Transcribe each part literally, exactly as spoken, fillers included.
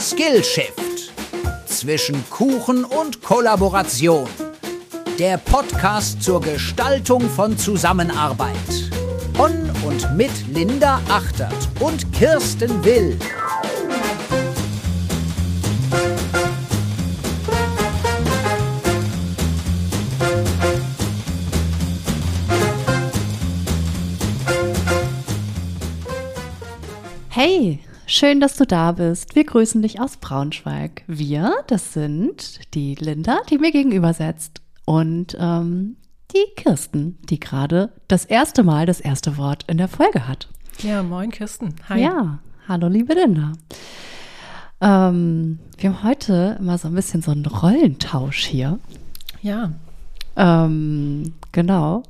Skillshift. Zwischen Kuchen und Kollaboration. Der Podcast zur Gestaltung von Zusammenarbeit. Von und mit Linda Achtert und Kirsten Will. Hey, schön, dass du da bist. Wir grüßen dich aus Braunschweig. Wir, das sind die Linda, die mir gegenüber sitzt, und ähm, die Kirsten, die gerade das erste Mal das erste Wort in der Folge hat. Ja, moin Kirsten. Hi. Ja, hallo liebe Linda. Ähm, wir haben heute immer so ein bisschen so einen Rollentausch hier. Ja. Ähm, genau,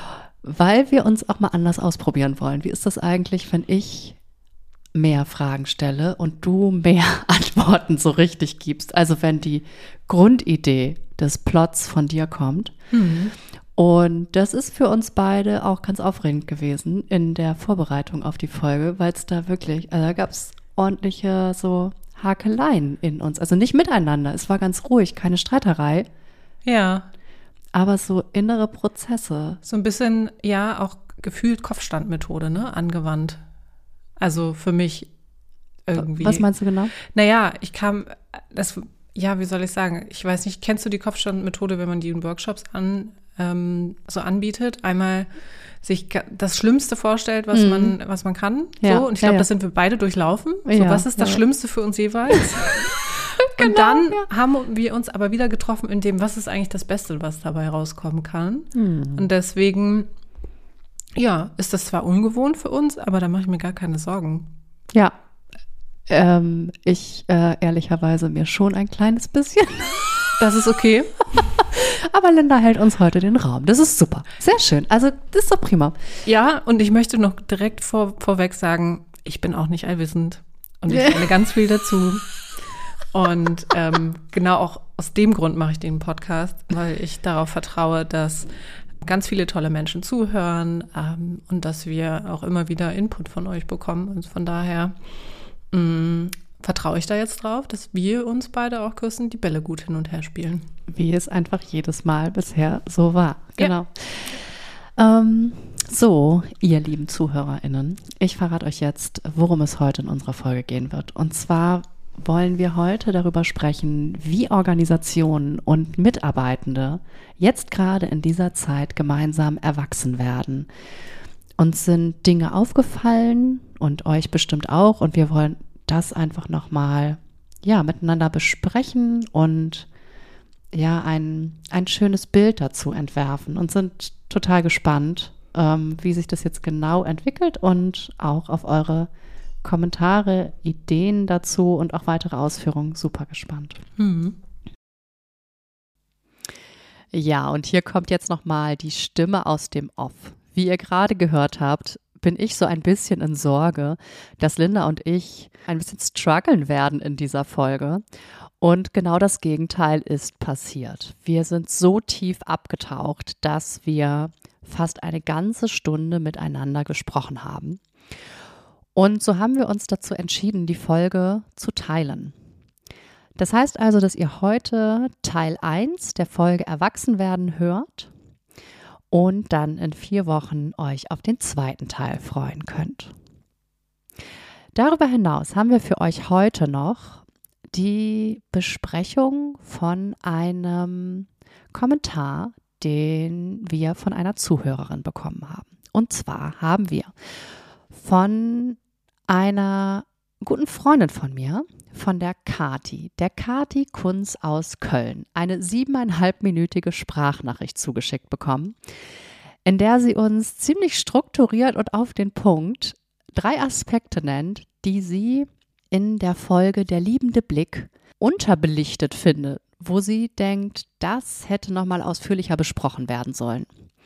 weil wir uns auch mal anders ausprobieren wollen. Wie ist das eigentlich, wenn ich mehr Fragen stelle und du mehr Antworten so richtig gibst? Also wenn die Grundidee des Plots von dir kommt. Mhm. Und das ist für uns beide auch ganz aufregend gewesen in der Vorbereitung auf die Folge, weil es da wirklich, also da gab es ordentliche so Hakeleien in uns. Also nicht miteinander, es war ganz ruhig, keine Streiterei. Ja. Aber so innere Prozesse. So ein bisschen, ja, auch gefühlt Kopfstandmethode, ne, angewandt. Also für mich irgendwie. Was meinst du genau? Naja, ich kam, das, ja, wie soll ich sagen, ich weiß nicht, kennst du die Kopfstandmethode, wenn man die in Workshops an, ähm, so anbietet? Einmal sich das Schlimmste vorstellt, was mhm. man, was man kann. Ja. So. Und ich glaube, ja, ja. das sind wir beide durchlaufen. So, ja, was ist das ja. Schlimmste für uns jeweils? Genau, und dann ja. haben wir uns aber wieder getroffen in dem, was ist eigentlich das Beste, was dabei rauskommen kann. Mhm. Und deswegen, ja, ist das zwar ungewohnt für uns, aber da mache ich mir gar keine Sorgen. Ja, ähm, ich äh, ehrlicherweise mir schon ein kleines bisschen. Das ist okay. Aber Linda hält uns heute den Raum. Das ist super. Sehr schön. Also das ist doch prima. Ja, und ich möchte noch direkt vor, vorweg sagen, ich bin auch nicht allwissend. Und ich lerne ganz viel dazu. Und ähm, genau auch aus dem Grund mache ich den Podcast, weil ich darauf vertraue, dass ganz viele tolle Menschen zuhören ähm, und dass wir auch immer wieder Input von euch bekommen. Und von daher mh, vertraue ich da jetzt drauf, dass wir uns beide auch küssen, die Bälle gut hin und her spielen. Wie es einfach jedes Mal bisher so war. Genau. Ja. Ähm, so, ihr lieben ZuhörerInnen, ich verrate euch jetzt, worum es heute in unserer Folge gehen wird. Und zwar wollen wir heute darüber sprechen, wie Organisationen und Mitarbeitende jetzt gerade in dieser Zeit gemeinsam erwachsen werden. Uns sind Dinge aufgefallen und euch bestimmt auch, und wir wollen das einfach nochmal ja, miteinander besprechen und ja, ein, ein schönes Bild dazu entwerfen und sind total gespannt, ähm, wie sich das jetzt genau entwickelt und auch auf eure Kommentare, Ideen dazu und auch weitere Ausführungen. Super gespannt. Mhm. Ja, und hier kommt jetzt nochmal die Stimme aus dem Off. Wie ihr gerade gehört habt, bin ich so ein bisschen in Sorge, dass Linda und ich ein bisschen strugglen werden in dieser Folge. Und genau das Gegenteil ist passiert. Wir sind so tief abgetaucht, dass wir fast eine ganze Stunde miteinander gesprochen haben. Und so haben wir uns dazu entschieden, die Folge zu teilen. Das heißt also, dass ihr heute Teil eins der Folge Erwachsenwerden hört und dann in vier Wochen euch auf den zweiten Teil freuen könnt. Darüber hinaus haben wir für euch heute noch die Besprechung von einem Kommentar, den wir von einer Zuhörerin bekommen haben. Und zwar haben wir von einer guten Freundin von mir, von der Kati, der Kati Kunz aus Köln, eine siebeneinhalbminütige Sprachnachricht zugeschickt bekommen, in der sie uns ziemlich strukturiert und auf den Punkt drei Aspekte nennt, die sie in der Folge Der liebende Blick unterbelichtet findet, wo sie denkt, das hätte nochmal ausführlicher besprochen werden sollen.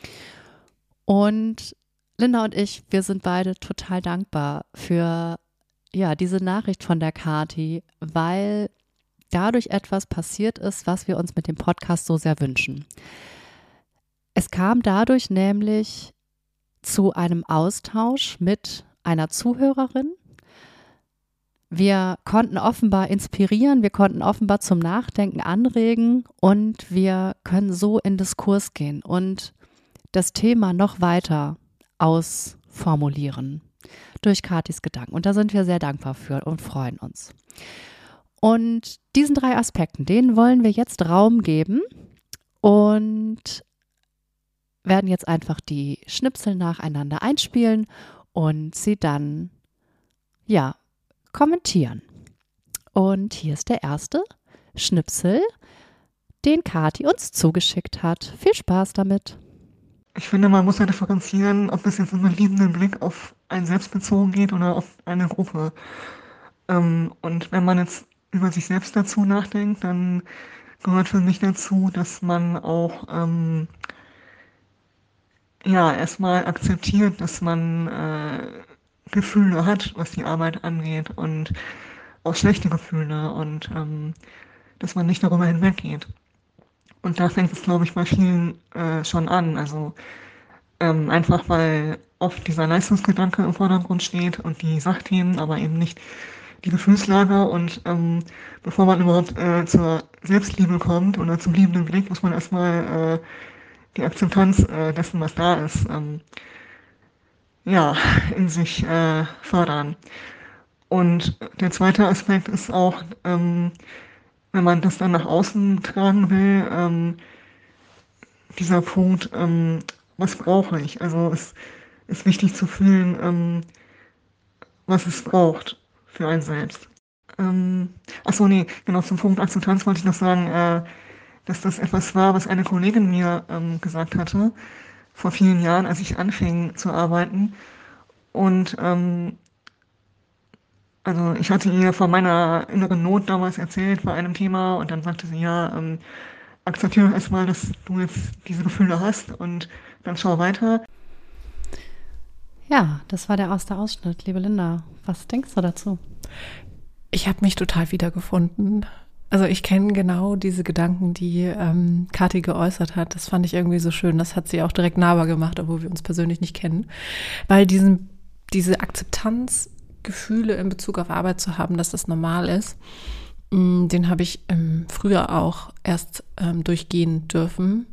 Und Linda und ich, wir sind beide total dankbar für ja, diese Nachricht von der Kati, weil dadurch etwas passiert ist, was wir uns mit dem Podcast so sehr wünschen. Es kam dadurch nämlich zu einem Austausch mit einer Zuhörerin, Wir konnten offenbar inspirieren, wir konnten offenbar zum Nachdenken anregen und wir können so in Diskurs gehen und das Thema noch weiter ausformulieren durch Kathis Gedanken. Und da sind wir sehr dankbar für und freuen uns. Und diesen drei Aspekten, denen wollen wir jetzt Raum geben und werden jetzt einfach die Schnipsel nacheinander einspielen und sie dann, ja, kommentieren. Und hier ist der erste Schnipsel, den Kathi uns zugeschickt hat. Viel Spaß damit. Ich finde, man muss ja differenzieren, ob es jetzt um einen liebenden Blick auf einen selbst bezogen geht oder auf eine Gruppe. Ähm, und wenn man jetzt über sich selbst dazu nachdenkt, dann gehört für mich dazu, dass man auch ähm, ja erstmal akzeptiert, dass man äh, Gefühle hat, was die Arbeit angeht und auch schlechte Gefühle und ähm, dass man nicht darüber hinweggeht. Und da fängt es, glaube ich, bei vielen äh, schon an. Also ähm, einfach, weil oft dieser Leistungsgedanke im Vordergrund steht und die Sachthemen, aber eben nicht die Gefühlslage. Und ähm, bevor man überhaupt äh, zur Selbstliebe kommt oder zum liebenden Blick, muss man erstmal äh, die Akzeptanz äh, dessen, was da ist, ähm, ja, in sich äh, fördern. Und der zweite Aspekt ist auch, ähm, wenn man das dann nach außen tragen will, ähm, dieser Punkt, ähm, was brauche ich? Also es ist wichtig zu fühlen, ähm, was es braucht für einen selbst. Ähm, achso, nee, genau, zum Punkt Akzeptanz wollte ich noch sagen, äh, dass das etwas war, was eine Kollegin mir ähm, gesagt hatte, vor vielen Jahren, als ich anfing zu arbeiten. Und ähm, also ich hatte ihr von meiner inneren Not damals erzählt bei einem Thema und dann sagte sie, ja, ähm, akzeptiere erstmal, dass du jetzt diese Gefühle hast und dann schau weiter. Ja, das war der erste Ausschnitt. Liebe Linda, was denkst du dazu? Ich habe mich total wiedergefunden. Also ich kenne genau diese Gedanken, die ähm, Kathi geäußert hat. Das fand ich irgendwie so schön. Das hat sie auch direkt nahbar gemacht, obwohl wir uns persönlich nicht kennen. Weil diesen, diese Akzeptanz, Gefühle in Bezug auf Arbeit zu haben, dass das normal ist, mh, den habe ich ähm, früher auch erst ähm, durchgehen dürfen.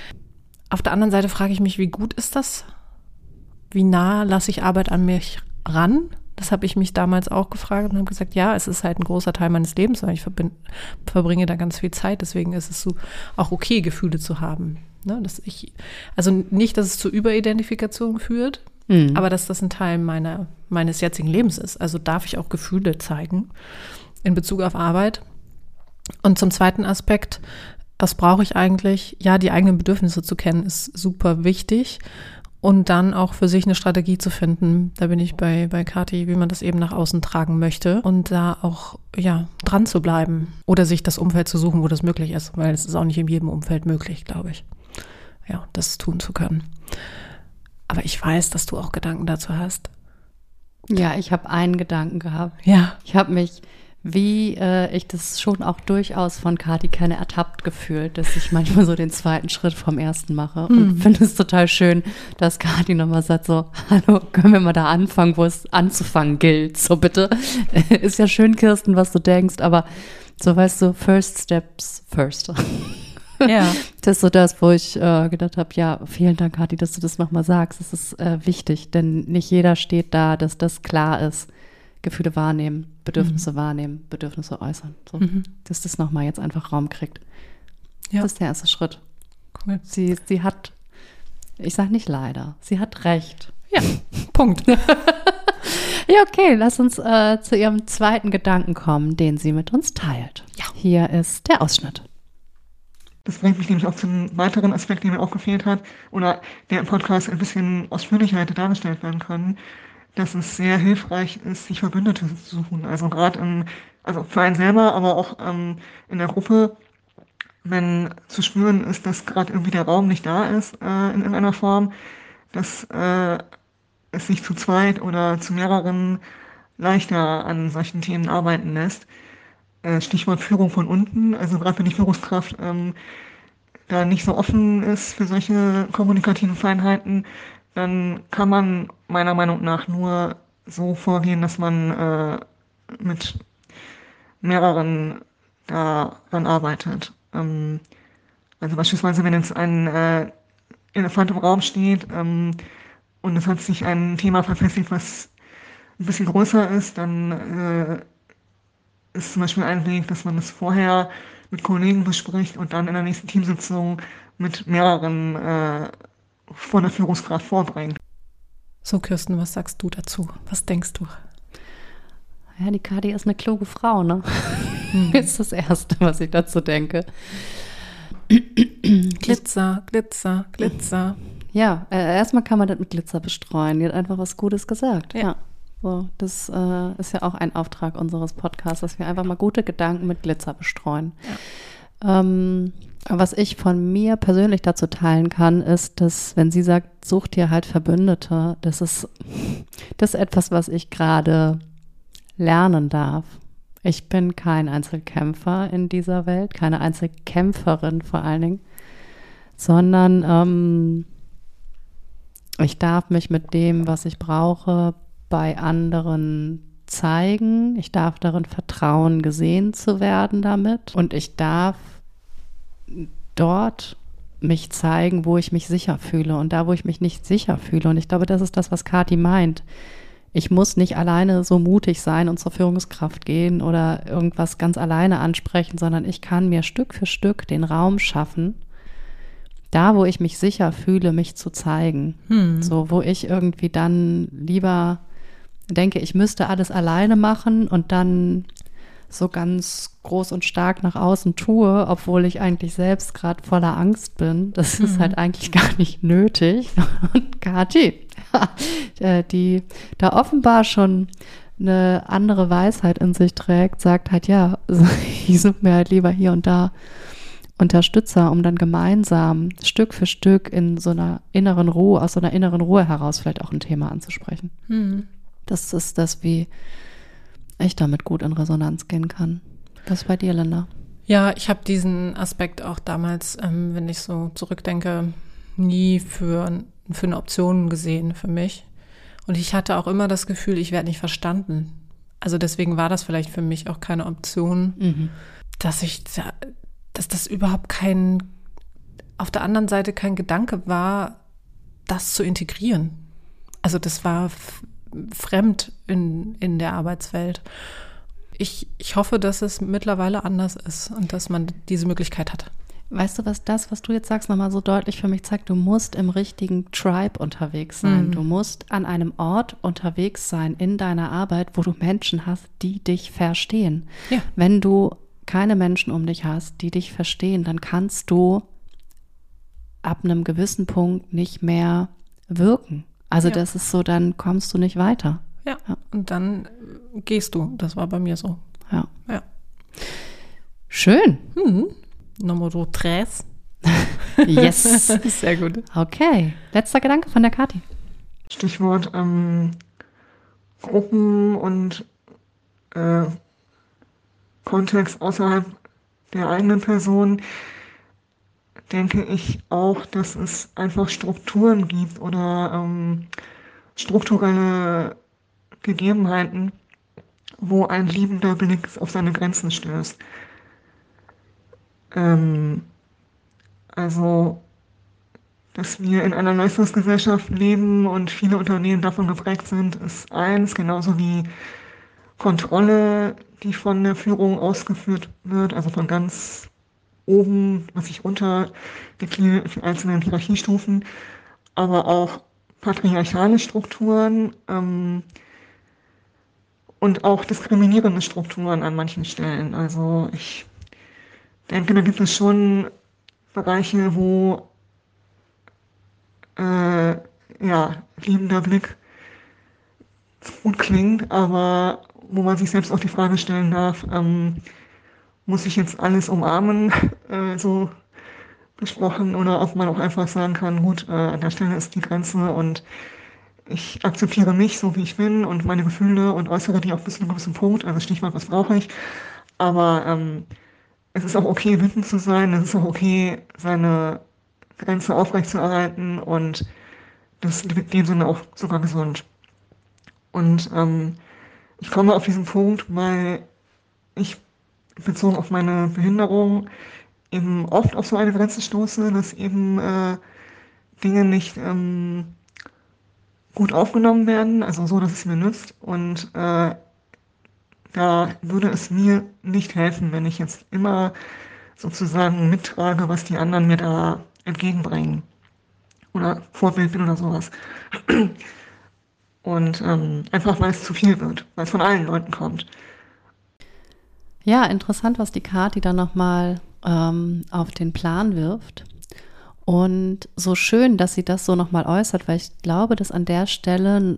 Auf der anderen Seite frage ich mich, wie gut ist das? Wie nah lasse ich Arbeit an mich ran? Das habe ich mich damals auch gefragt und habe gesagt, ja, es ist halt ein großer Teil meines Lebens, weil ich verbind, verbringe da ganz viel Zeit. Deswegen ist es so auch okay, Gefühle zu haben. Ne, dass ich, also nicht, dass es zur Überidentifikation führt, mhm. aber dass das ein Teil meiner, meines jetzigen Lebens ist. Also darf ich auch Gefühle zeigen in Bezug auf Arbeit. Und zum zweiten Aspekt, was brauche ich eigentlich? Ja, die eigenen Bedürfnisse zu kennen, ist super wichtig. Und dann auch für sich eine Strategie zu finden, da bin ich bei, bei Kathi, wie man das eben nach außen tragen möchte und da auch ja dran zu bleiben oder sich das Umfeld zu suchen, wo das möglich ist, weil es ist auch nicht in jedem Umfeld möglich, glaube ich, ja, das tun zu können. Aber ich weiß, dass du auch Gedanken dazu hast. Ja, ich habe einen Gedanken gehabt. Ja. Ich habe mich, wie äh, ich das schon auch durchaus von Kathi kenne, ertappt gefühlt, dass ich manchmal so den zweiten Schritt vom ersten mache. Mhm. Und finde es total schön, dass Kathi nochmal sagt so, hallo, können wir mal da anfangen, wo es anzufangen gilt. So bitte. Ist ja schön, Kirsten, was du denkst, aber so weißt du, first steps first. Ja. Das ist so das, wo ich äh, gedacht habe, ja, vielen Dank, Kathi, dass du das nochmal sagst. Das ist äh, wichtig, denn nicht jeder steht da, dass das klar ist. Gefühle wahrnehmen, Bedürfnisse mhm. wahrnehmen, Bedürfnisse äußern. So, mhm. dass das nochmal jetzt einfach Raum kriegt. Ja. Das ist der erste Schritt. Cool. Sie, sie hat, ich sage nicht leider, sie hat recht. Ja, Punkt. Ja, okay, lass uns äh, zu ihrem zweiten Gedanken kommen, den sie mit uns teilt. Ja. Hier ist der Ausschnitt. Das bringt mich nämlich auch zum weiteren Aspekt, der mir auch gefehlt hat oder der im Podcast ein bisschen ausführlicher hätte dargestellt werden können, dass es sehr hilfreich ist, sich Verbündete zu suchen. Also gerade im, also für einen selber, aber auch ähm, in der Gruppe, wenn zu spüren ist, dass gerade irgendwie der Raum nicht da ist äh, in irgendeiner Form, dass äh, es sich zu zweit oder zu mehreren leichter an solchen Themen arbeiten lässt. Äh, Stichwort Führung von unten, also gerade wenn die Führungskraft ähm, da nicht so offen ist für solche kommunikativen Feinheiten, dann kann man meiner Meinung nach nur so vorgehen, dass man äh, mit mehreren daran arbeitet. Ähm, also beispielsweise, wenn jetzt ein äh, Elefant im Raum steht ähm, und es hat sich ein Thema verfestigt, was ein bisschen größer ist, dann äh, ist zum Beispiel ein Weg, dass man das vorher mit Kollegen bespricht und dann in der nächsten Teamsitzung mit mehreren äh, von der Führungskraft vorbringt. So, Kirsten, was sagst du dazu? Was denkst du? Ja, die Kati ist eine kluge Frau, ne? Hm. Ist das Erste, was ich dazu denke. Glitzer, Glitzer, Glitzer. Ja, äh, erstmal kann man das mit Glitzer bestreuen. Die hat einfach was Gutes gesagt. Ja. ja. So, das äh, ist ja auch ein Auftrag unseres Podcasts, dass wir einfach mal gute Gedanken mit Glitzer bestreuen. Ja. Ähm, was ich von mir persönlich dazu teilen kann, ist, dass, wenn sie sagt, such dir halt Verbündete, das ist, das ist etwas, was ich gerade lernen darf. Ich bin kein Einzelkämpfer in dieser Welt, keine Einzelkämpferin vor allen Dingen, sondern ähm, ich darf mich mit dem, was ich brauche, bei anderen zeigen. Ich darf darin vertrauen, gesehen zu werden damit. Und ich darf dort mich zeigen, wo ich mich sicher fühle und da, wo ich mich nicht sicher fühle. Und ich glaube, das ist das, was Kati meint. Ich muss nicht alleine so mutig sein und zur Führungskraft gehen oder irgendwas ganz alleine ansprechen, sondern ich kann mir Stück für Stück den Raum schaffen, da, wo ich mich sicher fühle, mich zu zeigen. Hm. So, wo ich irgendwie dann lieber denke, ich müsste alles alleine machen und dann so ganz groß und stark nach außen tue, obwohl ich eigentlich selbst gerade voller Angst bin. Das mhm. ist halt eigentlich gar nicht nötig. Und Kati, die da offenbar schon eine andere Weisheit in sich trägt, sagt halt, ja, ich suche mir halt lieber hier und da Unterstützer, um dann gemeinsam Stück für Stück in so einer inneren Ruhe, aus so einer inneren Ruhe heraus vielleicht auch ein Thema anzusprechen. Mhm. Das ist das, wie ich damit gut in Resonanz gehen kann. Was ist bei dir, Linda? Ja, ich habe diesen Aspekt auch damals, ähm, wenn ich so zurückdenke, nie für, für eine Option gesehen für mich. Und ich hatte auch immer das Gefühl, ich werde nicht verstanden. Also deswegen war das vielleicht für mich auch keine Option, mhm. dass ich, dass das überhaupt kein, auf der anderen Seite kein Gedanke war, das zu integrieren. Also das war f- fremd in, in der Arbeitswelt. Ich, ich hoffe, dass es mittlerweile anders ist und dass man diese Möglichkeit hat. Weißt du, was das, was du jetzt sagst, nochmal so deutlich für mich zeigt? Du musst im richtigen Tribe unterwegs sein. Mhm. Du musst an einem Ort unterwegs sein in deiner Arbeit, wo du Menschen hast, die dich verstehen. Ja. Wenn du keine Menschen um dich hast, die dich verstehen, dann kannst du ab einem gewissen Punkt nicht mehr wirken. Also ja. das ist so, dann kommst du nicht weiter. Ja, ja. Und dann gehst du. Das war bei mir so. Ja. ja. Schön. Mhm. Numero tres. Yes. Sehr gut. Okay. Letzter Gedanke von der Kati. Stichwort ähm, Gruppen und äh, Kontext außerhalb der eigenen Person. Denke ich auch, dass es einfach Strukturen gibt oder ähm, strukturelle Gegebenheiten, wo ein liebender Blick auf seine Grenzen stößt. Ähm, also, dass wir in einer Leistungsgesellschaft leben und viele Unternehmen davon geprägt sind, ist eins, genauso wie Kontrolle, die von der Führung ausgeführt wird, also von ganz oben, was sich unter die einzelnen Hierarchiestufen, aber auch patriarchale Strukturen ähm, und auch diskriminierende Strukturen an manchen Stellen. Also ich denke, da gibt es schon Bereiche, wo äh, ja, liebender Blick gut klingt, aber wo man sich selbst auch die Frage stellen darf, ähm, muss ich jetzt alles umarmen, äh, so gesprochen, oder ob man auch einfach sagen kann, gut, äh, an der Stelle ist die Grenze und ich akzeptiere mich so, wie ich bin und meine Gefühle und äußere die auch bis zu einem gewissen Punkt, also Stichwort, was brauche ich, aber ähm, es ist auch okay, wütend zu sein, es ist auch okay, seine Grenze aufrechtzuerhalten und das ist in dem Sinne auch sogar gesund. Und ähm, ich komme auf diesen Punkt, weil ich bezogen auf meine Behinderung eben oft auf so eine Grenze stoße, dass eben äh, Dinge nicht ähm, gut aufgenommen werden, also so, dass es mir nützt. Und äh, da würde es mir nicht helfen, wenn ich jetzt immer sozusagen mittrage, was die anderen mir da entgegenbringen. Oder Vorbild bin oder sowas. Und ähm, einfach, weil es zu viel wird, weil es von allen Leuten kommt. Ja, interessant, was die Kathi dann nochmal ähm, auf den Plan wirft. Und so schön, dass sie das so nochmal äußert, weil ich glaube, dass an der Stelle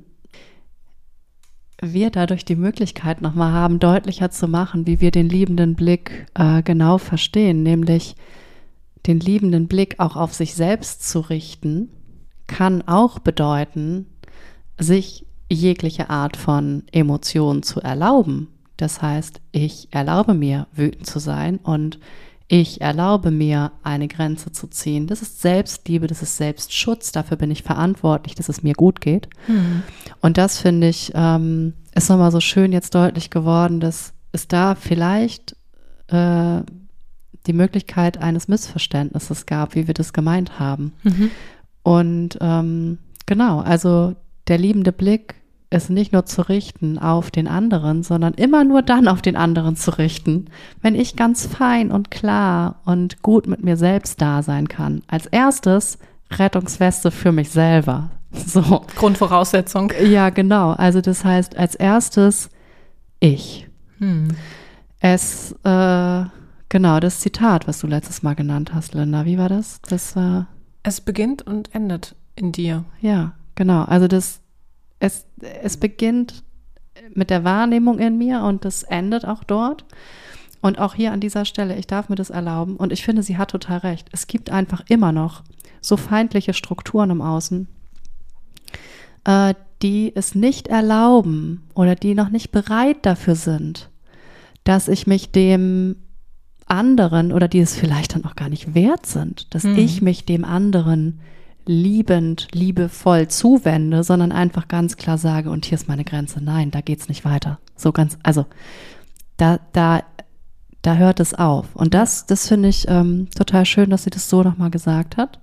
wir dadurch die Möglichkeit nochmal haben, deutlicher zu machen, wie wir den liebenden Blick äh, genau verstehen, nämlich den liebenden Blick auch auf sich selbst zu richten, kann auch bedeuten, sich jegliche Art von Emotionen zu erlauben. Das heißt, ich erlaube mir, wütend zu sein und ich erlaube mir, eine Grenze zu ziehen. Das ist Selbstliebe, das ist Selbstschutz. Dafür bin ich verantwortlich, dass es mir gut geht. Mhm. Und das, finde ich, ähm, ist nochmal so schön jetzt deutlich geworden, dass es da vielleicht äh, die Möglichkeit eines Missverständnisses gab, wie wir das gemeint haben. Mhm. Und ähm, genau, also der liebende Blick ist nicht nur zu richten auf den anderen, sondern immer nur dann auf den anderen zu richten, wenn ich ganz fein und klar und gut mit mir selbst da sein kann. Als erstes Rettungsweste für mich selber. So. Grundvoraussetzung. Ja, genau. Also das heißt, als erstes ich. Hm. Es, äh, genau, das Zitat, was du letztes Mal genannt hast, Linda, wie war das? Das äh, Es beginnt und endet in dir. Ja, genau. Also das Es, es beginnt mit der Wahrnehmung in mir und das endet auch dort. Und auch hier an dieser Stelle, ich darf mir das erlauben. Und ich finde, sie hat total recht. Es gibt einfach immer noch so feindliche Strukturen im Außen, äh, die es nicht erlauben oder die noch nicht bereit dafür sind, dass ich mich dem anderen oder die es vielleicht dann auch gar nicht wert sind, dass mhm. ich mich dem anderen liebend, liebevoll zuwende, sondern einfach ganz klar sage, und hier ist meine Grenze, nein, da geht's nicht weiter. So ganz, also da, da, da hört es auf. Und das, das finde ich ähm, total schön, dass sie das so nochmal gesagt hat.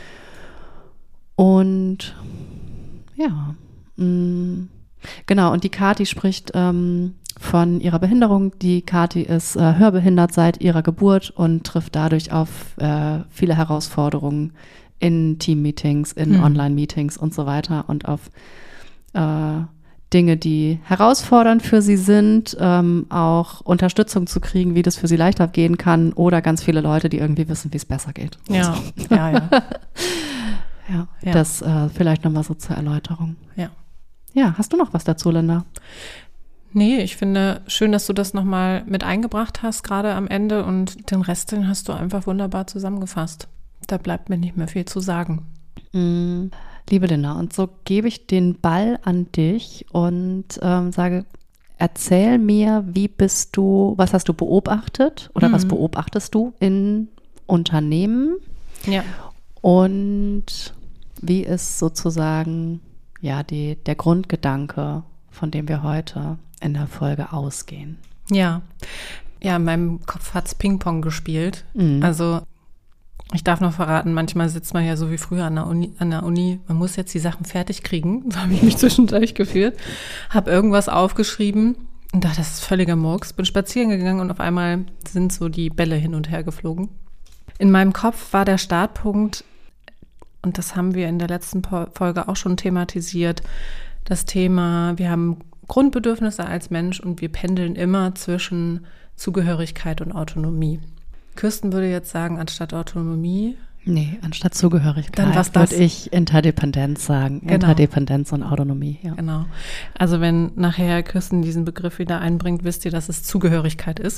Und ja, mh, genau, und die Kathi spricht ähm, von ihrer Behinderung. Die Kathi ist äh, hörbehindert seit ihrer Geburt und trifft dadurch auf äh, viele Herausforderungen in Team-Meetings, in hm. Online-Meetings und so weiter und auf äh, Dinge, die herausfordernd für sie sind, ähm, auch Unterstützung zu kriegen, wie das für sie leichter gehen kann oder ganz viele Leute, die irgendwie wissen, wie es besser geht. Ja, so. ja, ja. ja, ja. Das äh, vielleicht nochmal so zur Erläuterung. Ja. Ja, hast du noch was dazu, Linda? Nee, ich finde schön, dass du das nochmal mit eingebracht hast, gerade am Ende, und den Rest, den hast du einfach wunderbar zusammengefasst. Da bleibt mir nicht mehr viel zu sagen. Mm, liebe Linda, und so gebe ich den Ball an dich und ähm, sage, erzähl mir, wie bist du, was hast du beobachtet oder mhm. was beobachtest du in Unternehmen? Ja. Und wie ist sozusagen ja die, der Grundgedanke, von dem wir heute in der Folge ausgehen? Ja, ja, in meinem Kopf hat es Ping-Pong gespielt. Mhm. Also ich darf noch verraten, manchmal sitzt man ja so wie früher an der Uni, an der Uni, man muss jetzt die Sachen fertig kriegen, so habe ich mich zwischendurch gefühlt, habe irgendwas aufgeschrieben und dachte, das ist völliger Murks, bin spazieren gegangen und auf einmal sind so die Bälle hin und her geflogen. In meinem Kopf war der Startpunkt, und das haben wir in der letzten Folge auch schon thematisiert, das Thema, wir haben Grundbedürfnisse als Mensch und wir pendeln immer zwischen Zugehörigkeit und Autonomie. Kirsten würde jetzt sagen, anstatt Autonomie. Nee, anstatt Zugehörigkeit dann was das? würde ich Interdependenz sagen. Genau. Interdependenz und Autonomie. Ja. Genau. Also wenn nachher Kirsten diesen Begriff wieder einbringt, wisst ihr, dass es Zugehörigkeit ist.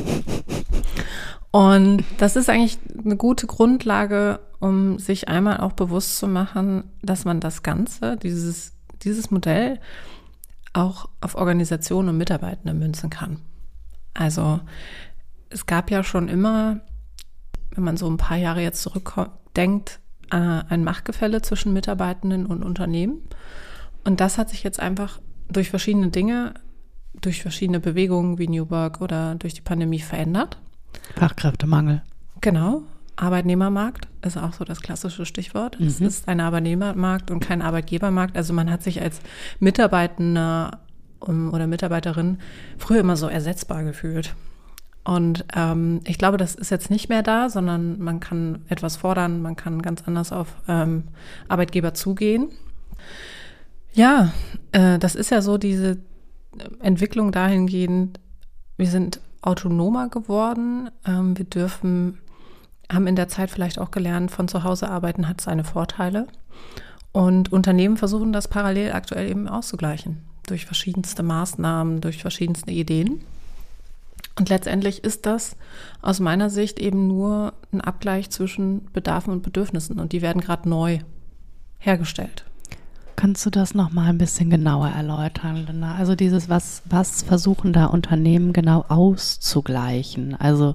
Und das ist eigentlich eine gute Grundlage, um sich einmal auch bewusst zu machen, dass man das Ganze, dieses, dieses Modell auch auf Organisationen und Mitarbeitende münzen kann. Also es gab ja schon immer, wenn man so ein paar Jahre jetzt zurückdenkt, ein Machtgefälle zwischen Mitarbeitenden und Unternehmen. Und das hat sich jetzt einfach durch verschiedene Dinge durch verschiedene Bewegungen wie New Work oder durch die Pandemie verändert. Fachkräftemangel. Genau. Arbeitnehmermarkt ist auch so das klassische Stichwort. Mhm. Es ist ein Arbeitnehmermarkt und kein Arbeitgebermarkt. Also man hat sich als Mitarbeitender oder Mitarbeiterin früher immer so ersetzbar gefühlt. Und ähm, ich glaube, das ist jetzt nicht mehr da, sondern man kann etwas fordern, man kann ganz anders auf ähm, Arbeitgeber zugehen. Ja, äh, das ist ja so diese Entwicklung dahingehend, wir sind autonomer geworden, ähm, wir dürfen haben in der Zeit vielleicht auch gelernt, von zu Hause arbeiten hat seine Vorteile. Und Unternehmen versuchen das parallel aktuell eben auszugleichen. Durch verschiedenste Maßnahmen, durch verschiedenste Ideen. Und letztendlich ist das aus meiner Sicht eben nur ein Abgleich zwischen Bedarfen und Bedürfnissen. Und die werden gerade neu hergestellt. Kannst du das noch mal ein bisschen genauer erläutern, Linda? Also dieses, was, was versuchen da Unternehmen genau auszugleichen? Also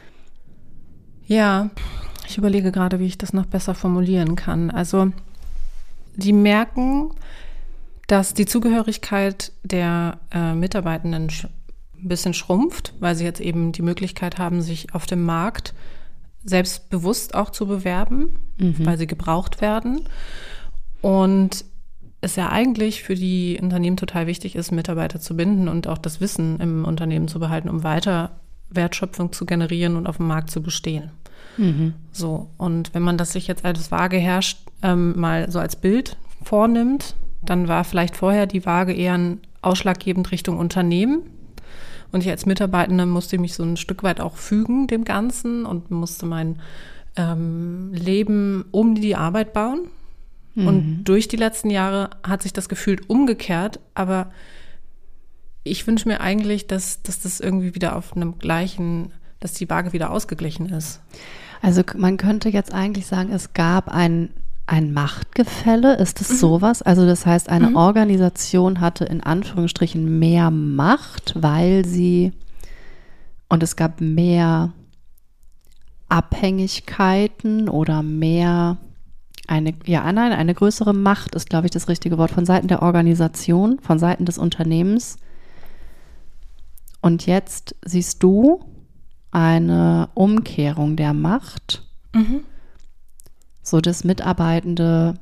ja, ich überlege gerade, wie ich das noch besser formulieren kann. Also die merken, dass die Zugehörigkeit der äh, Mitarbeitenden sch- ein bisschen schrumpft, weil sie jetzt eben die Möglichkeit haben, sich auf dem Markt selbstbewusst auch zu bewerben, mhm. weil sie gebraucht werden. Und es ja eigentlich für die Unternehmen total wichtig ist, Mitarbeiter zu binden und auch das Wissen im Unternehmen zu behalten, um weiter Wertschöpfung zu generieren und auf dem Markt zu bestehen. Mhm. So, und wenn man das sich jetzt als Waage herrscht, ähm, mal so als Bild vornimmt, dann war vielleicht vorher die Waage eher ein ausschlaggebend Richtung Unternehmen. Und ich als Mitarbeitende musste mich so ein Stück weit auch fügen dem Ganzen und musste mein ähm, Leben um die Arbeit bauen. Mhm. Und durch die letzten Jahre hat sich das gefühlt umgekehrt, aber ich wünsche mir eigentlich, dass, dass das irgendwie wieder auf einem gleichen, dass die Waage wieder ausgeglichen ist. Also man könnte jetzt eigentlich sagen, es gab ein, ein Machtgefälle. Ist es mhm. sowas? Also das heißt, eine mhm. Organisation hatte in Anführungsstrichen mehr Macht, weil sie, und es gab mehr Abhängigkeiten oder mehr, eine, ja nein, eine größere Macht ist, glaube ich, das richtige Wort, von Seiten der Organisation, von Seiten des Unternehmens. Und jetzt siehst du eine Umkehrung der Macht, mhm. so dass Mitarbeitende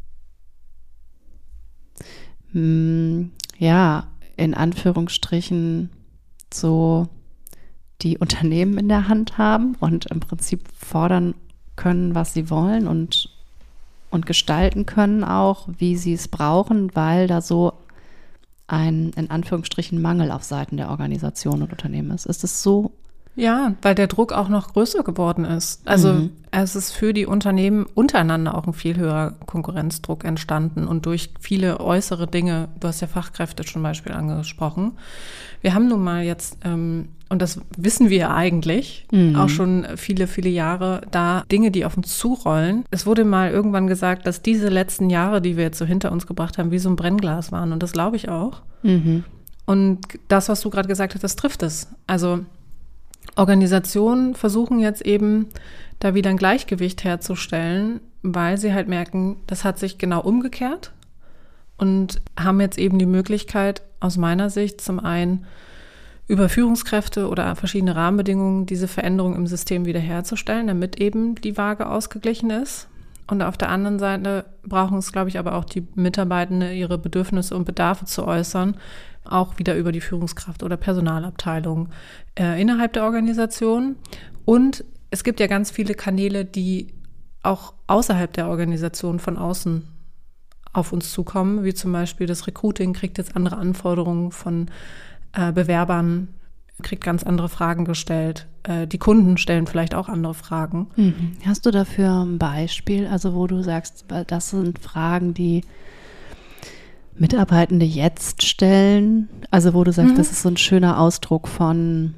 mh, ja, in Anführungsstrichen so die Unternehmen in der Hand haben und im Prinzip fordern können, was sie wollen und, und gestalten können auch, wie sie es brauchen, weil da so ein, in Anführungsstrichen, Mangel auf Seiten der Organisation und Unternehmen ist. Ist es so? Ja, weil der Druck auch noch größer geworden ist. Also mhm. es ist für die Unternehmen untereinander auch ein viel höherer Konkurrenzdruck entstanden und durch viele äußere Dinge, du hast ja Fachkräfte zum Beispiel angesprochen. Wir haben nun mal jetzt, ähm, und das wissen wir eigentlich, mhm. auch schon viele, viele Jahre, da Dinge, die auf uns zurollen. Es wurde mal irgendwann gesagt, dass diese letzten Jahre, die wir jetzt so hinter uns gebracht haben, wie so ein Brennglas waren. Und das glaube ich auch. Mhm. Und das, was du gerade gesagt hast, das trifft es. Also Organisationen versuchen jetzt eben, da wieder ein Gleichgewicht herzustellen, weil sie halt merken, das hat sich genau umgekehrt und haben jetzt eben die Möglichkeit, aus meiner Sicht zum einen über Führungskräfte oder verschiedene Rahmenbedingungen diese Veränderung im System wiederherzustellen, damit eben die Waage ausgeglichen ist. Und auf der anderen Seite brauchen es, glaube ich, aber auch die Mitarbeitenden, ihre Bedürfnisse und Bedarfe zu äußern, auch wieder über die Führungskraft oder Personalabteilung äh, innerhalb der Organisation. Und es gibt ja ganz viele Kanäle, die auch außerhalb der Organisation von außen auf uns zukommen, wie zum Beispiel das Recruiting kriegt jetzt andere Anforderungen von äh, Bewerbern, kriegt ganz andere Fragen gestellt. Äh, die Kunden stellen vielleicht auch andere Fragen. Mhm. Hast du dafür ein Beispiel, also wo du sagst, das sind Fragen, die Mitarbeitende jetzt stellen, also wo du sagst, mhm. das ist so ein schöner Ausdruck von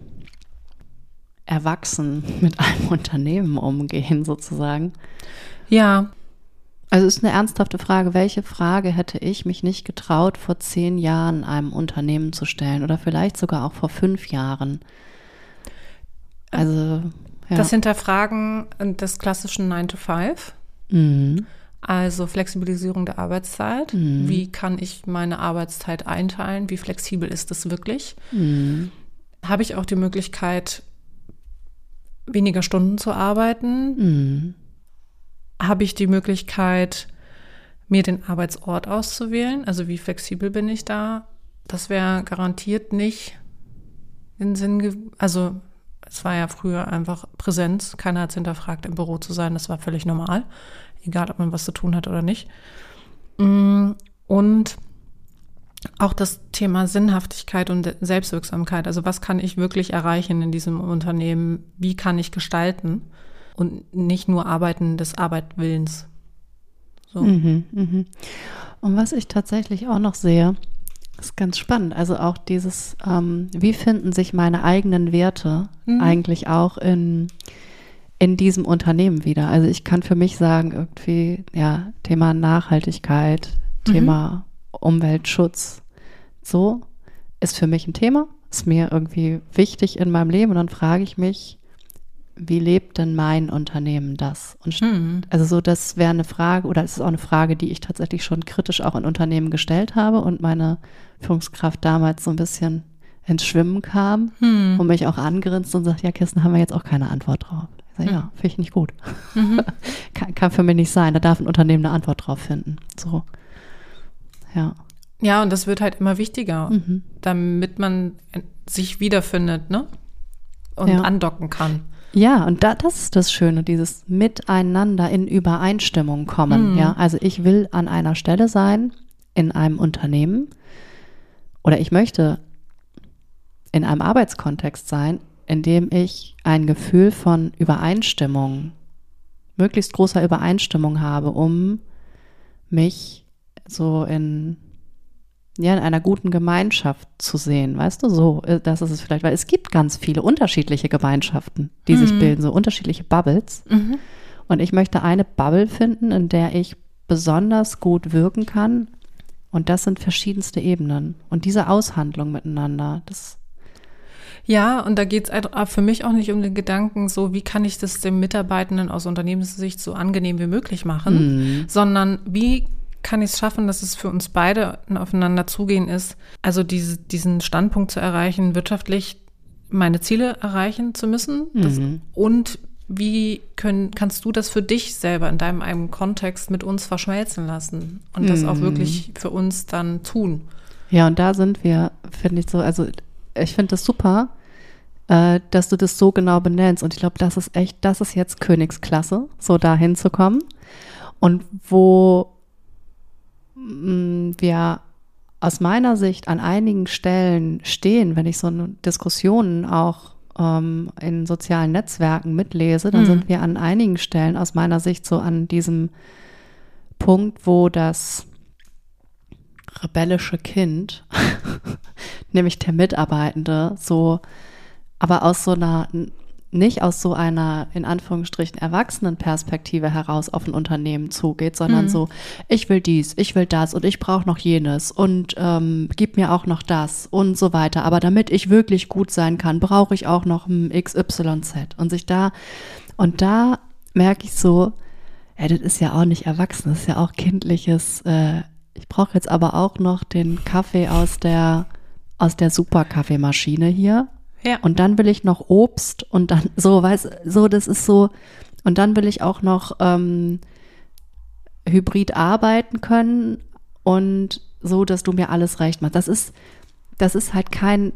erwachsen mit einem Unternehmen umgehen sozusagen? Ja. Also es ist eine ernsthafte Frage. Welche Frage hätte ich mich nicht getraut, vor zehn Jahren einem Unternehmen zu stellen oder vielleicht sogar auch vor fünf Jahren? Also ja. Das Hinterfragen des klassischen nine to five. Mhm. Also Flexibilisierung der Arbeitszeit. Mhm. Wie kann ich meine Arbeitszeit einteilen? Wie flexibel ist das wirklich? Mhm. Habe ich auch die Möglichkeit, weniger Stunden zu arbeiten? Mhm. Habe ich die Möglichkeit, mir den Arbeitsort auszuwählen? Also wie flexibel bin ich da? Das wäre garantiert nicht in Sinn, ge- also es war ja früher einfach Präsenz. Keiner hat es hinterfragt, im Büro zu sein. Das war völlig normal. Egal, ob man was zu tun hat oder nicht. Und auch das Thema Sinnhaftigkeit und Selbstwirksamkeit. Also was kann ich wirklich erreichen in diesem Unternehmen? Wie kann ich gestalten? Und nicht nur arbeiten des Arbeitwillens. So. Mhm, mhm. Und was ich tatsächlich auch noch sehe, ist ganz spannend. Also auch dieses, ähm, wie finden sich meine eigenen Werte mhm. eigentlich auch in in diesem Unternehmen wieder. Also ich kann für mich sagen, irgendwie, ja, Thema Nachhaltigkeit, mhm. Thema Umweltschutz, so ist für mich ein Thema, ist mir irgendwie wichtig in meinem Leben und dann frage ich mich, wie lebt denn mein Unternehmen das? Und mhm. also so, das wäre eine Frage, oder es ist auch eine Frage, die ich tatsächlich schon kritisch auch in Unternehmen gestellt habe und meine Führungskraft damals so ein bisschen ins Schwimmen kam mhm. und mich auch angrinst und sagt, ja Kirsten, haben wir jetzt auch keine Antwort drauf. Ich sage, ja, finde ich nicht gut. Mhm. kann, kann für mich nicht sein. Da darf ein Unternehmen eine Antwort drauf finden. So, ja. Ja, und das wird halt immer wichtiger, mhm. damit man sich wiederfindet, ne? Und ja. andocken kann. Ja, und da, das ist das Schöne, dieses Miteinander in Übereinstimmung kommen. Mhm. Ja, also ich will an einer Stelle sein, in einem Unternehmen, oder ich möchte in einem Arbeitskontext sein, in dem ich ein Gefühl von Übereinstimmung, möglichst großer Übereinstimmung habe, um mich so in, ja, in einer guten Gemeinschaft zu sehen. Weißt du, so, das ist es vielleicht, weil es gibt ganz viele unterschiedliche Gemeinschaften, die mhm. sich bilden, so unterschiedliche Bubbles. Mhm. Und ich möchte eine Bubble finden, in der ich besonders gut wirken kann. Und das sind verschiedenste Ebenen. Und diese Aushandlung miteinander, das Ja, und da geht es für mich auch nicht um den Gedanken, so wie kann ich das dem Mitarbeitenden aus Unternehmenssicht so angenehm wie möglich machen, mhm. sondern wie kann ich es schaffen, dass es für uns beide ein Aufeinander zugehen ist, also diese, diesen Standpunkt zu erreichen, wirtschaftlich meine Ziele erreichen zu müssen mhm. das, und wie können, kannst du das für dich selber in deinem eigenen Kontext mit uns verschmelzen lassen und mhm. das auch wirklich für uns dann tun. Ja, und da sind wir, finde ich so, also ich finde das super, äh, dass du das so genau benennst. Und ich glaube, das ist echt, das ist jetzt Königsklasse, so da hinzukommen. Und wo mh, wir aus meiner Sicht an einigen Stellen stehen, wenn ich so eine Diskussionen auch ähm, in sozialen Netzwerken mitlese, dann mhm. sind wir an einigen Stellen aus meiner Sicht so an diesem Punkt, wo das rebellische Kind, nämlich der Mitarbeitende, so, aber aus so einer, nicht aus so einer, in Anführungsstrichen, Erwachsenenperspektive heraus auf ein Unternehmen zugeht, sondern mhm. so, ich will dies, ich will das und ich brauche noch jenes und ähm, gib mir auch noch das und so weiter. Aber damit ich wirklich gut sein kann, brauche ich auch noch ein X Y Z. Und sich da, und da merke ich so, ey, das ist ja auch nicht erwachsen, das ist ja auch kindliches, äh, ich brauche jetzt aber auch noch den Kaffee aus der, aus der Super-Kaffeemaschine hier. Ja. Und dann will ich noch Obst und dann so, weißt so, das ist so, und dann will ich auch noch ähm, hybrid arbeiten können und so, dass du mir alles recht machst. Das ist, das ist halt kein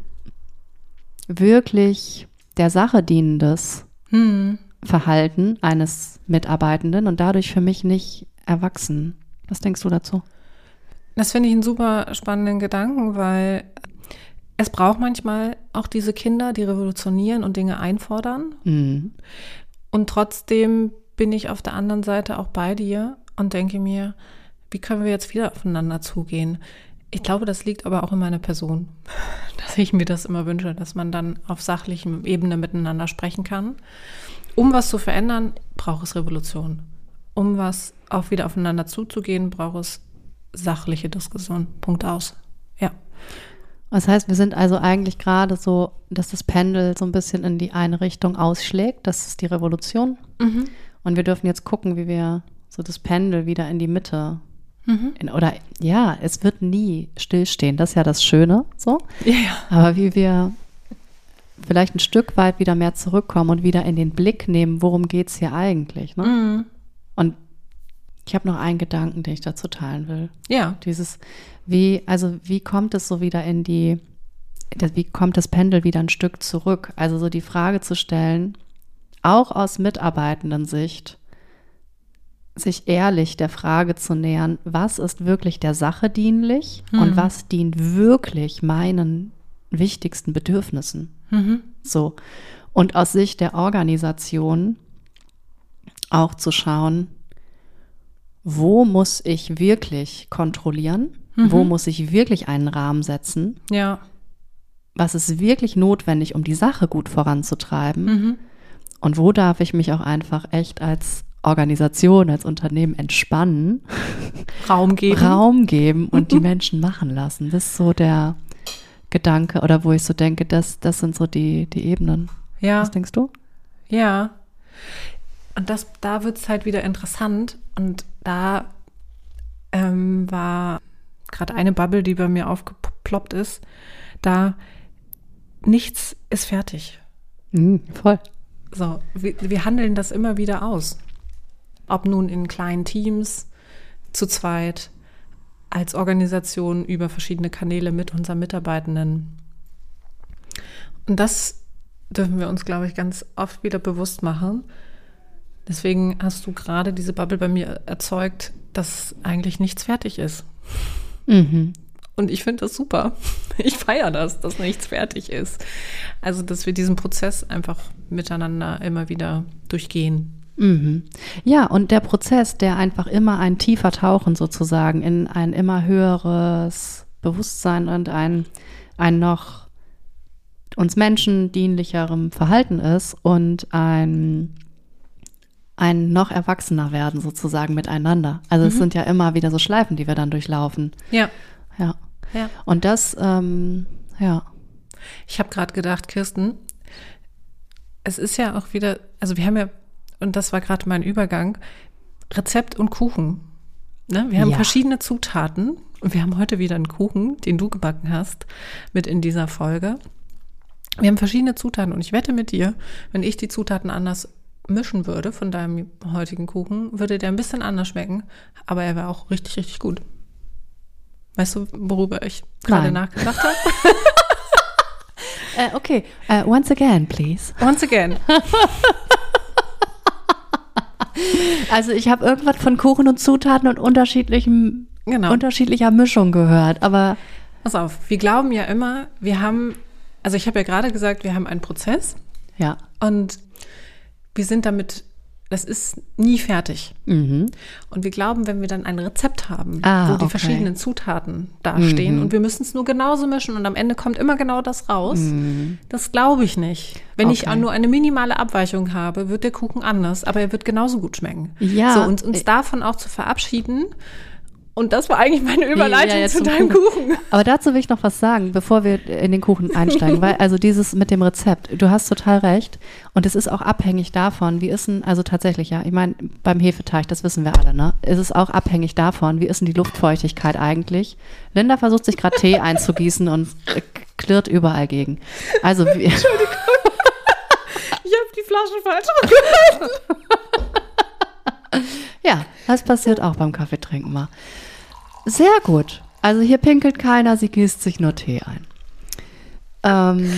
wirklich der Sache dienendes hm. Verhalten eines Mitarbeitenden und dadurch für mich nicht erwachsen. Was denkst du dazu? Das finde ich einen super spannenden Gedanken, weil es braucht manchmal auch diese Kinder, die revolutionieren und Dinge einfordern. Mhm. Und trotzdem bin ich auf der anderen Seite auch bei dir und denke mir, wie können wir jetzt wieder aufeinander zugehen? Ich glaube, das liegt aber auch in meiner Person, dass ich mir das immer wünsche, dass man dann auf sachlicher Ebene miteinander sprechen kann. Um was zu verändern, braucht es Revolution. Um was auch wieder aufeinander zuzugehen, braucht es sachliche Diskussion. Punkt aus. Ja. Das heißt, wir sind also eigentlich gerade so, dass das Pendel so ein bisschen in die eine Richtung ausschlägt. Das ist die Revolution. Mhm. Und wir dürfen jetzt gucken, wie wir so das Pendel wieder in die Mitte. Mhm. In, oder ja, es wird nie stillstehen, das ist ja das Schöne, so. Ja, ja. Aber wie wir vielleicht ein Stück weit wieder mehr zurückkommen und wieder in den Blick nehmen, worum geht es hier eigentlich, ne? Mhm. Und ich habe noch einen Gedanken, den ich dazu teilen will. Ja. Dieses, wie, also wie kommt es so wieder in die, das, wie kommt das Pendel wieder ein Stück zurück? Also so die Frage zu stellen, auch aus Mitarbeitenden-Sicht, sich ehrlich der Frage zu nähern, was ist wirklich der Sache dienlich Mhm. und was dient wirklich meinen wichtigsten Bedürfnissen. Mhm. So. Und aus Sicht der Organisation auch zu schauen, wo muss ich wirklich kontrollieren? Mhm. Wo muss ich wirklich einen Rahmen setzen? Ja. Was ist wirklich notwendig, um die Sache gut voranzutreiben? Mhm. Und wo darf ich mich auch einfach echt als Organisation, als Unternehmen entspannen, Raum geben. Raum geben und die Menschen machen lassen? Das ist so der Gedanke, oder wo ich so denke, das, das sind so die, die Ebenen. Ja. Was denkst du? Ja. Und das, da wird es halt wieder interessant. Und da ähm, war gerade eine Bubble, die bei mir aufgeploppt ist, da nichts ist fertig. Mhm, voll. So, wir, wir handeln das immer wieder aus. Ob nun in kleinen Teams, zu zweit, als Organisation über verschiedene Kanäle mit unseren Mitarbeitenden. Und das dürfen wir uns, glaube ich, ganz oft wieder bewusst machen. Deswegen hast du gerade diese Bubble bei mir erzeugt, dass eigentlich nichts fertig ist. Mhm. Und ich finde das super. Ich feiere das, dass nichts fertig ist. Also, dass wir diesen Prozess einfach miteinander immer wieder durchgehen. Mhm. Ja, und der Prozess, der einfach immer ein tiefer Tauchen sozusagen in ein immer höheres Bewusstsein und ein, ein noch uns Menschen dienlicherem Verhalten ist und ein, ein noch erwachsener werden sozusagen miteinander. Also Mhm. es sind ja immer wieder so Schleifen, die wir dann durchlaufen. Ja. Ja. Ja. Und das, ähm, ja. Ich habe gerade gedacht, Kirsten, es ist ja auch wieder, also wir haben ja, und das war gerade mein Übergang, Rezept und Kuchen. Ne? Wir haben Ja. verschiedene Zutaten und wir haben heute wieder einen Kuchen, den du gebacken hast, mit in dieser Folge. Wir haben verschiedene Zutaten und ich wette mit dir, wenn ich die Zutaten anders mischen würde von deinem heutigen Kuchen, würde der ein bisschen anders schmecken, aber er wäre auch richtig, richtig gut. Weißt du, worüber ich gerade Nein. nachgedacht habe? Äh, okay, uh, once again, please. Once again. Also ich habe irgendwas von Kuchen und Zutaten und unterschiedlichem, Genau. unterschiedlicher Mischung gehört, aber Pass auf, wir glauben ja immer, wir haben, also ich habe ja gerade gesagt, wir haben einen Prozess ja. und wir sind damit, das ist nie fertig. Mhm. Und wir glauben, wenn wir dann ein Rezept haben, Ah, wo die okay. verschiedenen Zutaten dastehen Mhm. und wir müssen es nur genauso mischen und am Ende kommt immer genau das raus, das glaube ich nicht. Wenn ich Okay. auch nur eine minimale Abweichung habe, wird der Kuchen anders, aber er wird genauso gut schmecken. Ja. So, und uns davon auch zu verabschieden. Und das war eigentlich meine Überleitung Ja, jetzt zu zum deinem Kuchen. Kuchen. Aber dazu will ich noch was sagen, bevor wir in den Kuchen einsteigen, weil also dieses mit dem Rezept, du hast total recht und es ist auch abhängig davon, wie ist denn, also tatsächlich ja, ich meine beim Hefeteig, das wissen wir alle, ne, ist es auch abhängig davon, wie ist denn die Luftfeuchtigkeit eigentlich. Linda versucht sich gerade Tee einzugießen und äh, klirrt überall gegen. Also wie, Ich habe die Flasche falsch ja, das passiert auch beim Kaffeetrinken mal. Sehr gut. Also hier pinkelt keiner, sie gießt sich nur Tee ein. Ähm,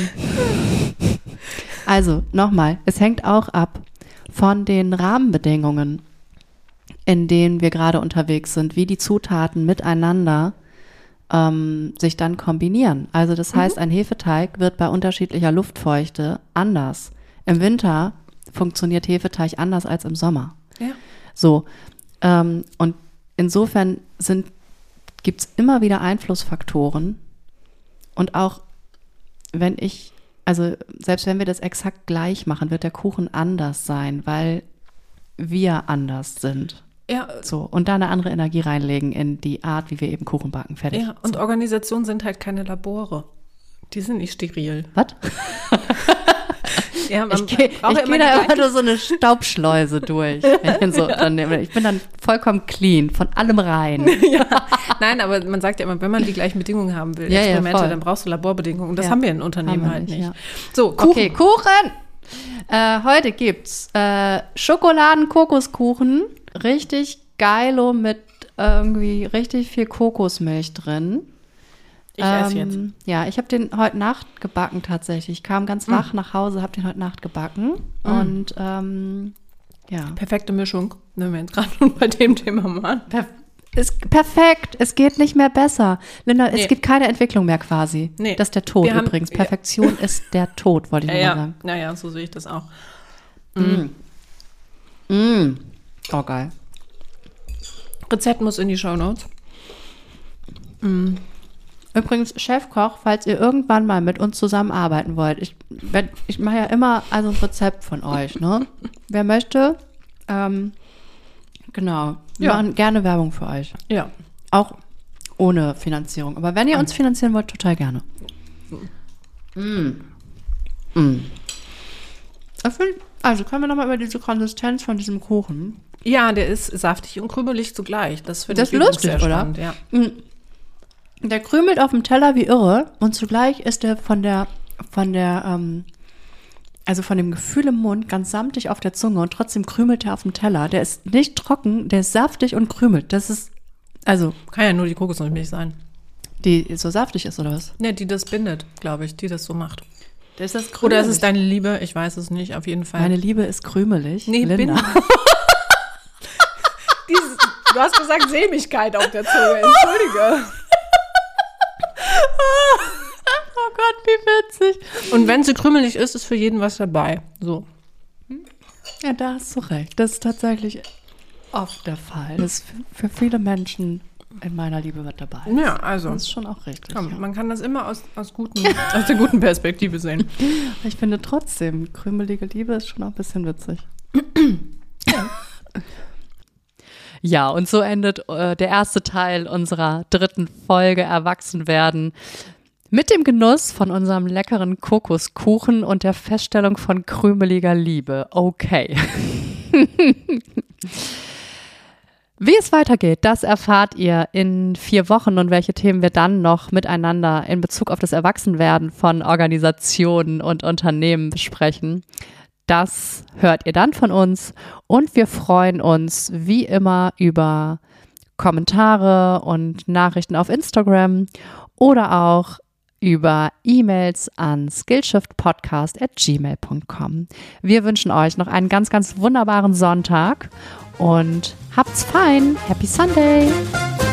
also nochmal, es hängt auch ab von den Rahmenbedingungen, in denen wir gerade unterwegs sind, wie die Zutaten miteinander ähm, sich dann kombinieren. Also das heißt, ein Hefeteig wird bei unterschiedlicher Luftfeuchte anders. Im Winter funktioniert Hefeteig anders als im Sommer. Ja. So, ähm, und insofern sind gibt es immer wieder Einflussfaktoren und auch wenn ich, also selbst wenn wir das exakt gleich machen, wird der Kuchen anders sein, weil wir anders sind. Ja, So, und da eine andere Energie reinlegen in die Art, wie wir eben Kuchen backen. Fertig. ja, und so. Organisationen sind halt keine Labore. Die sind nicht steril. Was? Ja, man ich gehe braucht ja geh immer die da immer gleichen- nur so eine Staubschleuse durch. Wenn ich, so Unternehmer- ich bin dann vollkommen clean, von allem rein. Ja. Nein, aber man sagt ja immer, wenn man die gleichen Bedingungen haben will, Ja, ja, Experimente, voll. dann brauchst du Laborbedingungen. Und das Ja. haben wir in Unternehmen Haben wir halt nicht, nicht. ja. So, Kuchen. Okay, Kuchen. Äh, heute gibt's äh, Schokoladen-Kokoskuchen. Richtig geilo mit irgendwie richtig viel Kokosmilch drin. Ich esse Ähm, jetzt. Ja, ich habe den heute Nacht gebacken tatsächlich. Ich kam ganz wach nach Hause, habe den heute Nacht gebacken. Und ähm, ja, Perfekte Mischung, wenn wir jetzt gerade schon bei dem Thema waren. per ist perfekt. Es geht nicht mehr besser. Linda, Nee. es gibt keine Entwicklung mehr quasi. Nee. Das ist der Tod Wir haben- übrigens. ja. Perfektion ist der Tod, wollte ich Ja, nur mal ja. sagen. Naja, so sehe ich das auch. Mm. Oh, geil. Rezept muss in die Shownotes. Übrigens, Chefkoch, falls ihr irgendwann mal mit uns zusammenarbeiten wollt, ich, wenn- ich mache ja immer also ein Rezept von euch, ne? Wer möchte, ähm, genau, wir Ja. machen gerne Werbung für euch. Ja. Auch ohne Finanzierung. Aber wenn ihr uns finanzieren wollt, total gerne. Mm. Mm. Ich find, also können wir nochmal über diese Konsistenz von diesem Kuchen. Ja, der ist saftig und krümelig zugleich. Das finde Das ich ist übrigens lustig, sehr oder? spannend, ja. Der krümelt auf dem Teller wie irre und zugleich ist er von der, von der, ähm, also von dem Gefühl im Mund ganz samtig auf der Zunge und trotzdem krümelt er auf dem Teller. Der ist nicht trocken, der ist saftig und krümelt. Das ist, also, Kann ja nur die Kokosmilch sein. die so saftig ist oder was? Ne, die das bindet, glaube ich, die das so macht. Das ist das Oder ist es deine Liebe? Ich weiß es nicht, auf jeden Fall. Meine Liebe ist krümelig. Nee, Linda. bin- Dieses, du hast gesagt Sämigkeit auf der Zunge, entschuldige. Oh Gott, wie witzig. Und wenn sie krümelig ist, ist für jeden was dabei. So. Ja, da hast du recht. Das ist tatsächlich oft der Fall. Das ist für viele Menschen in meiner Liebe was dabei. Ja, also. Das ist schon auch richtig. Komm, ja. man kann das immer aus, aus, guten, aus der guten Perspektive sehen. Ich finde trotzdem, krümelige Liebe ist schon auch ein bisschen witzig. Ja, und so endet äh, der erste Teil unserer dritten Folge Erwachsenwerden mit dem Genuss von unserem leckeren Kokoskuchen und der Feststellung von krümeliger Liebe. Okay. Wie es weitergeht, das erfahrt ihr in vier Wochen und welche Themen wir dann noch miteinander in Bezug auf das Erwachsenwerden von Organisationen und Unternehmen besprechen. Das hört ihr dann von uns und wir freuen uns wie immer über Kommentare und Nachrichten auf Instagram oder auch über E-Mails an skillshiftpodcast at gmail punkt com. Wir wünschen euch noch einen ganz, ganz wunderbaren Sonntag und habt's fein. Happy Sunday!